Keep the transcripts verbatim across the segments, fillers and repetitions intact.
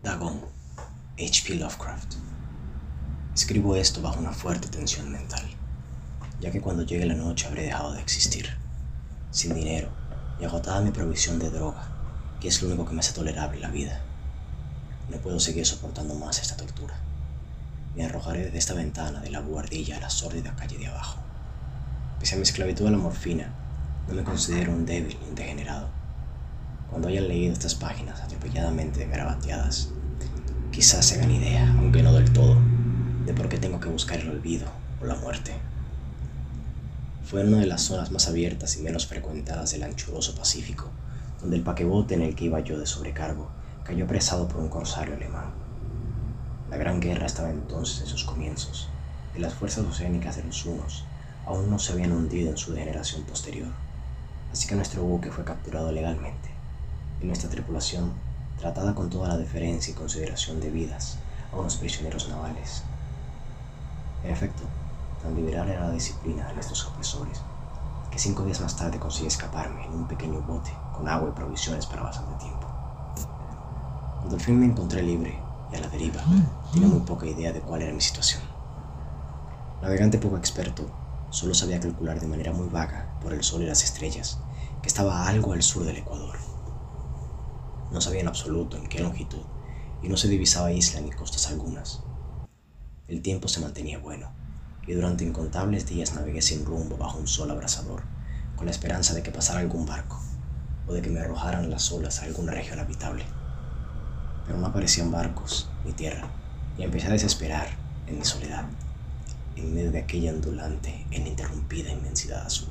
Dagon, H P Lovecraft. Escribo esto bajo una fuerte tensión mental, ya que cuando llegue la noche habré dejado de existir, sin dinero y agotada mi provisión de droga, que es lo único que me hace tolerable la vida. No puedo seguir soportando más esta tortura. Me arrojaré desde esta ventana de la buhardilla a la sórdida calle de abajo. Pese a mi esclavitud a la morfina, no me considero un débil ni un degenerado. Cuando hayan leído estas páginas atropelladamente garabateadas, quizás se hagan idea, aunque no del todo, de por qué tengo que buscar el olvido o la muerte. Fue en una de las zonas más abiertas y menos frecuentadas del anchuroso Pacífico, donde el paquebote en el que iba yo de sobrecargo cayó apresado por un corsario alemán. La Gran Guerra estaba entonces en sus comienzos, y las fuerzas oceánicas de los hunos aún no se habían hundido en su degeneración posterior, así que nuestro buque fue capturado legalmente, y nuestra tripulación tratada con toda la deferencia y consideración debidas a unos prisioneros navales. En efecto, tan liberal era la disciplina de nuestros opresores, que cinco días más tarde conseguí escaparme en un pequeño bote con agua y provisiones para bastante tiempo. Cuando al fin me encontré libre y a la deriva, tenía muy poca idea de cuál era mi situación. Navegante poco experto, solo sabía calcular de manera muy vaga, por el sol y las estrellas, que estaba algo al sur del Ecuador. No sabía en absoluto en qué longitud, y no se divisaba isla ni costas algunas. El tiempo se mantenía bueno, y durante incontables días navegué sin rumbo bajo un sol abrasador, con la esperanza de que pasara algún barco, o de que me arrojaran las olas a alguna región habitable. Pero no aparecían barcos ni tierra, y empecé a desesperar en mi soledad, en medio de aquella ondulante e ininterrumpida inmensidad azul.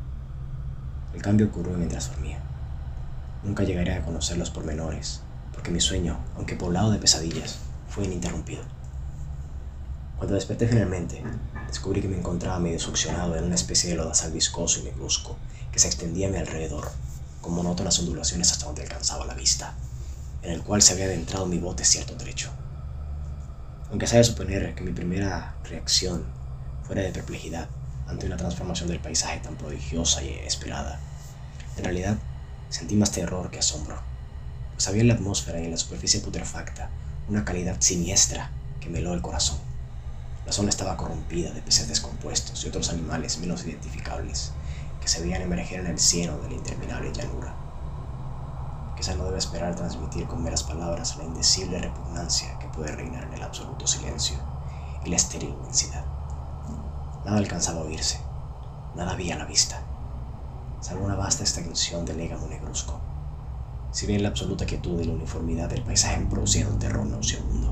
El cambio ocurrió mientras dormía. Nunca llegaré a conocer los pormenores, porque mi sueño, aunque poblado de pesadillas, fue ininterrumpido. Cuando desperté finalmente, descubrí que me encontraba medio succionado en una especie de lodazal viscoso y negruzco que se extendía a mi alrededor, con monótonas ondulaciones hasta donde alcanzaba la vista, en el cual se había adentrado mi bote cierto trecho. Aunque sabe suponer que mi primera reacción fuera de perplejidad ante una transformación del paisaje tan prodigiosa y inesperada, en realidad sentí más terror que asombro, pues había en la atmósfera y en la superficie putrefacta una calidad siniestra que me heló el corazón. La zona estaba corrompida de peces descompuestos y otros animales menos identificables que se veían emerger en el cieno de la interminable llanura. Quizá no debe esperar transmitir con meras palabras la indecible repugnancia que puede reinar en el absoluto silencio y la estéril inmensidad. Nada alcanzaba a oírse, nada había a la vista, salvo una vasta extensión de légamo negruzco, si bien la absoluta quietud y la uniformidad del paisaje me producían un terror nauseabundo.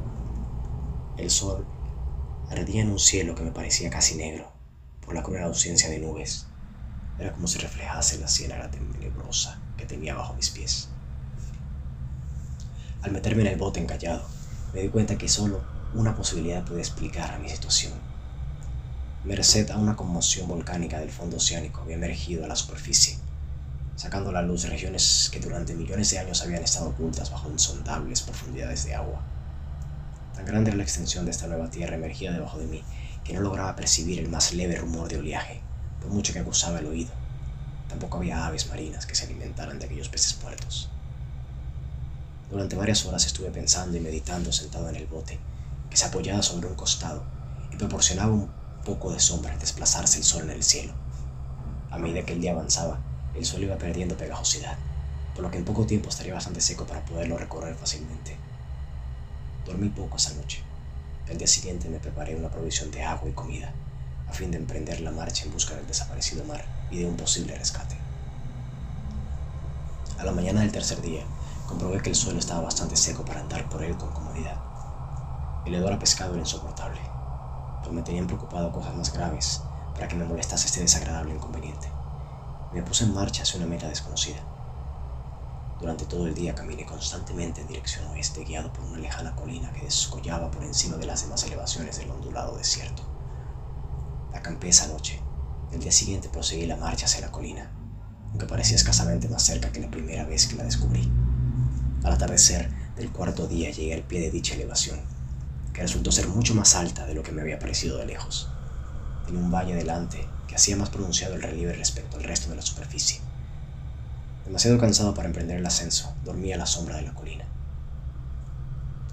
El sol ardía en un cielo que me parecía casi negro por la cruel ausencia de nubes. Era como si reflejase la ciénaga tenebrosa que tenía bajo mis pies. Al meterme en el bote encallado, me di cuenta que solo una posibilidad podía explicar a mi situación. Merced a una conmoción volcánica del fondo oceánico había emergido a la superficie, sacando a la luz regiones que durante millones de años habían estado ocultas bajo insondables profundidades de agua. Tan grande era la extensión de esta nueva tierra emergida debajo de mí que no lograba percibir el más leve rumor de oleaje, por mucho que acusaba el oído. Tampoco había aves marinas que se alimentaran de aquellos peces muertos. Durante varias horas estuve pensando y meditando sentado en el bote, que se apoyaba sobre un costado y proporcionaba un poco de sombra al desplazarse el sol en el cielo. A medida que el día avanzaba, el suelo iba perdiendo pegajosidad, por lo que en poco tiempo estaría bastante seco para poderlo recorrer fácilmente. Dormí poco esa noche. Al día siguiente me preparé una provisión de agua y comida, a fin de emprender la marcha en busca del desaparecido mar y de un posible rescate. A la mañana del tercer día, comprobé que el suelo estaba bastante seco para andar por él con comodidad. El hedor a pescado era insoportable, pero me tenían preocupado cosas más graves para que me molestase este desagradable inconveniente. Me puse en marcha hacia una meta desconocida. Durante todo el día caminé constantemente en dirección oeste, guiado por una lejana colina que descollaba por encima de las demás elevaciones del ondulado desierto. Acampé esa noche. El día siguiente proseguí la marcha hacia la colina, aunque parecía escasamente más cerca que la primera vez que la descubrí. Al atardecer del cuarto día llegué al pie de dicha elevación, que resultó ser mucho más alta de lo que me había parecido de lejos. Tenía un valle delante que hacía más pronunciado el relieve respecto al resto de la superficie. Demasiado cansado para emprender el ascenso, dormí a la sombra de la colina.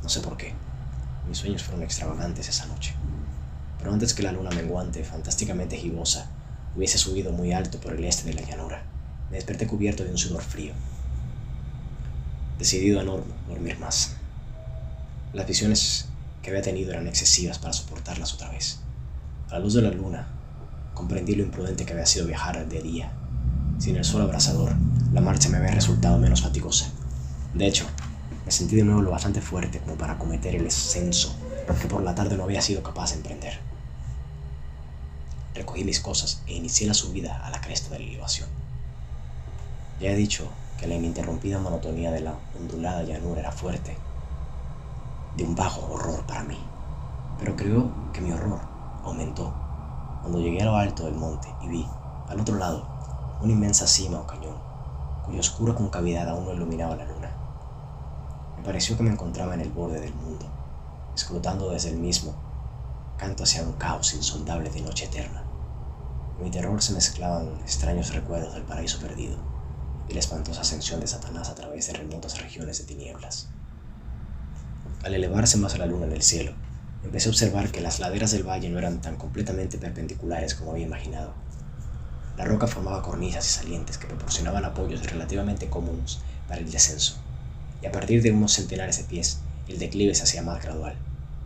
No sé por qué. Mis sueños fueron extravagantes esa noche. Pero antes que la luna menguante, fantásticamente gibosa, hubiese subido muy alto por el este de la llanura, me desperté cubierto de un sudor frío, decidido a no dormir más. Las visiones que había tenido eran excesivas para soportarlas otra vez. A la luz de la luna, comprendí lo imprudente que había sido viajar de día. Sin el sol abrasador, la marcha me había resultado menos fatigosa. De hecho, me sentí de nuevo lo bastante fuerte como para acometer el ascenso que por la tarde no había sido capaz de emprender. Recogí mis cosas e inicié la subida a la cresta de la elevación. Ya he dicho que la ininterrumpida monotonía de la ondulada llanura era fuerte, de un bajo horror para mí, pero creo que mi horror aumentó cuando llegué a lo alto del monte y vi, al otro lado, una inmensa cima o cañón, cuya oscura concavidad aún no iluminaba la luna. Me pareció que me encontraba en el borde del mundo, escrutando desde el mismo canto hacia un caos insondable de noche eterna. En mi terror se mezclaban extraños recuerdos del paraíso perdido y la espantosa ascensión de Satanás a través de remotas regiones de tinieblas. Al elevarse más a la luna en el cielo, empecé a observar que las laderas del valle no eran tan completamente perpendiculares como había imaginado. La roca formaba cornisas y salientes que proporcionaban apoyos relativamente cómodos para el descenso, y a partir de unos centenares de pies, el declive se hacía más gradual.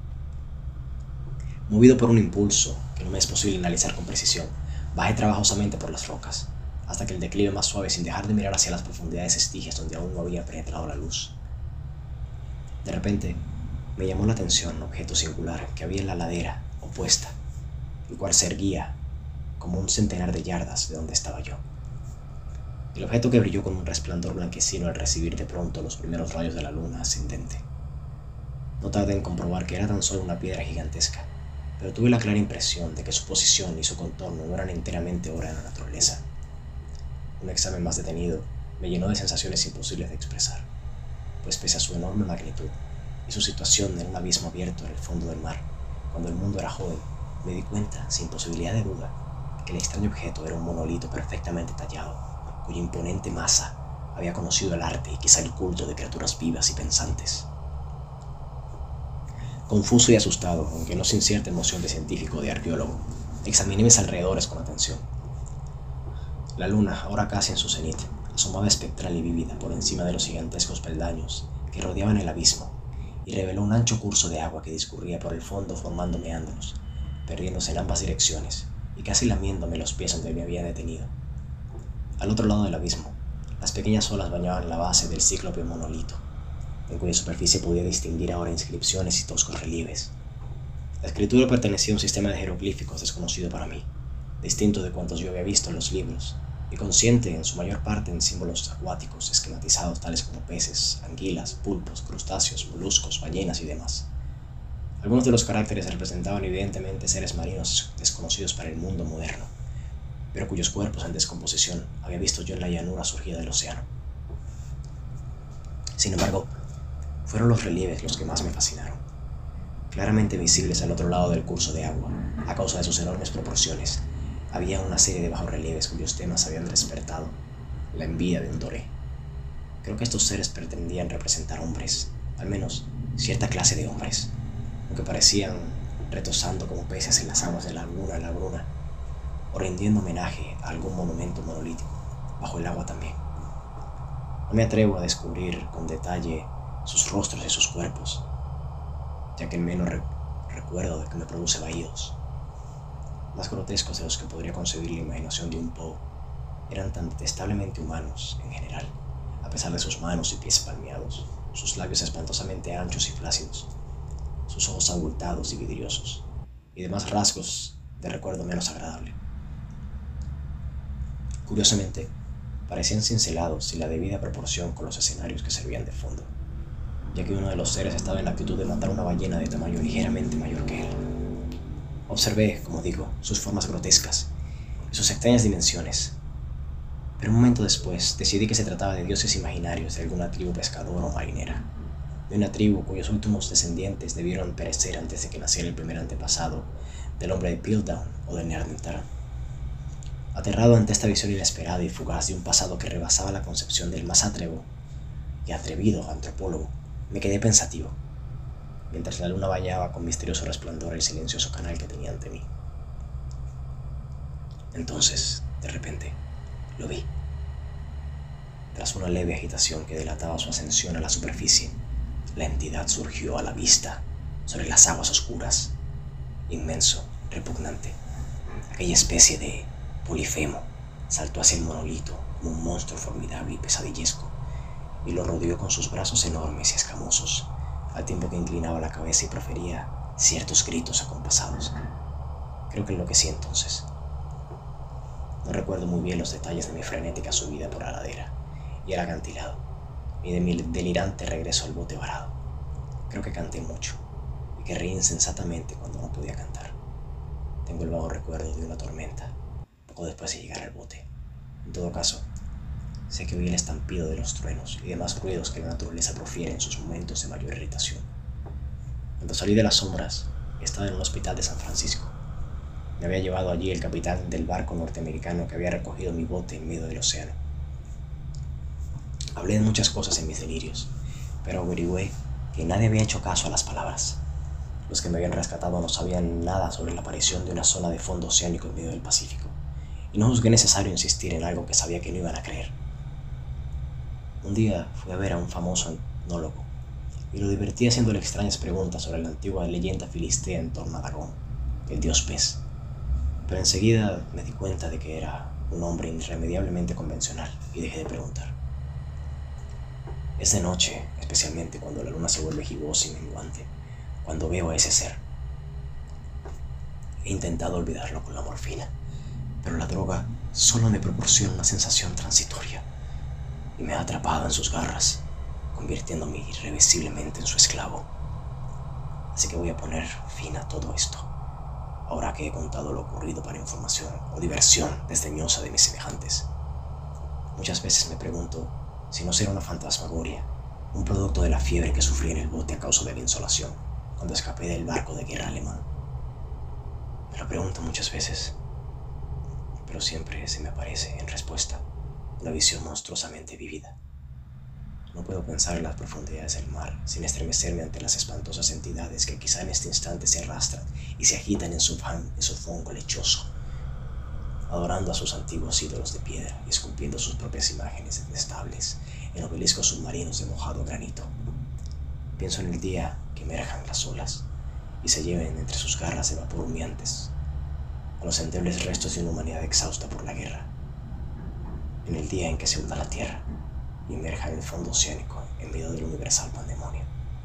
Movido por un impulso que no me es posible analizar con precisión, bajé trabajosamente por las rocas, hasta que el declive más suave sin dejar de mirar hacia las profundidades estigias donde aún no había penetrado la luz. De repente, me llamó la atención un objeto singular que había en la ladera opuesta, el cual se erguía como un centenar de yardas de donde estaba yo. El objeto que brilló con un resplandor blanquecino al recibir de pronto los primeros rayos de la luna ascendente. No tardé en comprobar que era tan solo una piedra gigantesca, pero tuve la clara impresión de que su posición y su contorno no eran enteramente obra de la naturaleza. Un examen más detenido me llenó de sensaciones imposibles de expresar, pues pese a su enorme magnitud y su situación en un abismo abierto en el fondo del mar, cuando el mundo era joven, me di cuenta, sin posibilidad de duda, que el extraño objeto era un monolito perfectamente tallado, cuya imponente masa había conocido el arte y quizá el culto de criaturas vivas y pensantes. Confuso y asustado, aunque no sin cierta emoción de científico o de arqueólogo, examiné mis alrededores con atención. La luna, ahora casi en su cenit, asomaba espectral y vívida por encima de los gigantescos peldaños que rodeaban el abismo y reveló un ancho curso de agua que discurría por el fondo formando meandros, perdiéndose en ambas direcciones y casi lamiéndome los pies donde me había detenido. Al otro lado del abismo, las pequeñas olas bañaban la base del cíclope monolito, en cuya superficie podía distinguir ahora inscripciones y toscos relieves. La escritura pertenecía a un sistema de jeroglíficos desconocido para mí, distinto de cuantos yo había visto en los libros, y consciente en su mayor parte en símbolos acuáticos esquematizados tales como peces, anguilas, pulpos, crustáceos, moluscos, ballenas y demás. Algunos de los caracteres representaban evidentemente seres marinos desconocidos para el mundo moderno, pero cuyos cuerpos en descomposición había visto yo en la llanura surgida del océano. Sin embargo, fueron los relieves los que más me fascinaron. Claramente visibles al otro lado del curso de agua, a causa de sus enormes proporciones, había una serie de bajorrelieves cuyos temas habían despertado la envidia de un doré. Creo que estos seres pretendían representar hombres, al menos cierta clase de hombres, aunque parecían retosando como peces en las aguas de la laguna lagruna, o rindiendo homenaje a algún monumento monolítico, bajo el agua también. No me atrevo a descubrir con detalle sus rostros y sus cuerpos, ya que el menos re recuerdo de que me produce vaídos. Más grotescos de los que podría concebir la imaginación de un Poe, eran tan detestablemente humanos en general, a pesar de sus manos y pies palmeados, sus labios espantosamente anchos y flácidos, sus ojos abultados y vidriosos, y demás rasgos de recuerdo menos agradable. Curiosamente, parecían cincelados y la debida proporción con los escenarios que servían de fondo, ya que uno de los seres estaba en la actitud de matar una ballena de tamaño ligeramente mayor que él. Observé, como digo, sus formas grotescas y sus extrañas dimensiones, pero un momento después decidí que se trataba de dioses imaginarios de alguna tribu pescadora o marinera, de una tribu cuyos últimos descendientes debieron perecer antes de que naciera el primer antepasado del hombre de Piltdown o de Neandertal. Aterrado ante esta visión inesperada y fugaz de un pasado que rebasaba la concepción del más atrevo y atrevido antropólogo, me quedé pensativo. mientras la luna bañaba con misterioso resplandor el silencioso canal que tenía ante mí. Entonces, de repente, lo vi. Tras una leve agitación que delataba su ascensión a la superficie, la entidad surgió a la vista sobre las aguas oscuras, inmenso, repugnante. Aquella especie de polifemo saltó hacia el monolito como un monstruo formidable y pesadillesco, y lo rodeó con sus brazos enormes y escamosos, al tiempo que inclinaba la cabeza y profería ciertos gritos acompasados. Creo que enloquecí entonces. No recuerdo muy bien los detalles de mi frenética subida por la ladera y el acantilado, y de mi delirante regreso al bote varado. Creo que canté mucho y que reí insensatamente cuando no podía cantar. Tengo el vago recuerdo de una tormenta, poco después de llegar al bote. En todo caso, sé que oí el estampido de los truenos y demás ruidos que la naturaleza profiere en sus momentos de mayor irritación. Cuando salí de las sombras, estaba en un hospital de San Francisco. Me había llevado allí el capitán del barco norteamericano que había recogido mi bote en medio del océano. Hablé de muchas cosas en mis delirios, pero averigüé que nadie había hecho caso a las palabras. Los que me habían rescatado no sabían nada sobre la aparición de una zona de fondo oceánico en medio del Pacífico, y no juzgué necesario insistir en algo que sabía que no iban a creer. Un día fui a ver a un famoso etnólogo, y lo divertí haciéndole extrañas preguntas sobre la antigua leyenda filistea en torno a Dagón, el dios pez. Pero enseguida me di cuenta de que era un hombre irremediablemente convencional y dejé de preguntar. Es de noche, especialmente cuando la luna se vuelve gibosa y menguante, cuando veo a ese ser. He intentado olvidarlo con la morfina, pero la droga solo me proporciona una sensación transitoria y me ha atrapado en sus garras, convirtiéndome irreversiblemente en su esclavo. Así que voy a poner fin a todo esto, ahora que he contado lo ocurrido para información o diversión desdeñosa de mis semejantes. Muchas veces me pregunto si no será una fantasmagoria, un producto de la fiebre que sufrí en el bote a causa de la insolación, cuando escapé del barco de guerra alemán. Me lo pregunto muchas veces, pero siempre se me aparece en respuesta una visión monstruosamente vívida. No puedo pensar en las profundidades del mar sin estremecerme ante las espantosas entidades que quizá en este instante se arrastran y se agitan en su, fan, en su fongo lechoso, adorando a sus antiguos ídolos de piedra y esculpiendo sus propias imágenes detestables en obeliscos submarinos de mojado granito. Pienso en el día que emerjan las olas y se lleven entre sus garras de vapor humeantes a los endebles restos de una humanidad exhausta por la guerra. En el día en que se hunda la tierra y emerja en el fondo oceánico en medio del universal pandemonio.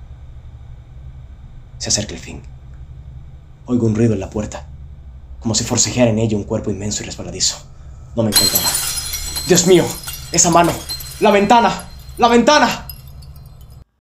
Se acerca el fin. Oigo un ruido en la puerta, como si forcejeara en ella un cuerpo inmenso y resbaladizo. No me encontrará. ¡Dios mío! ¡Esa mano! ¡La ventana! ¡La ventana!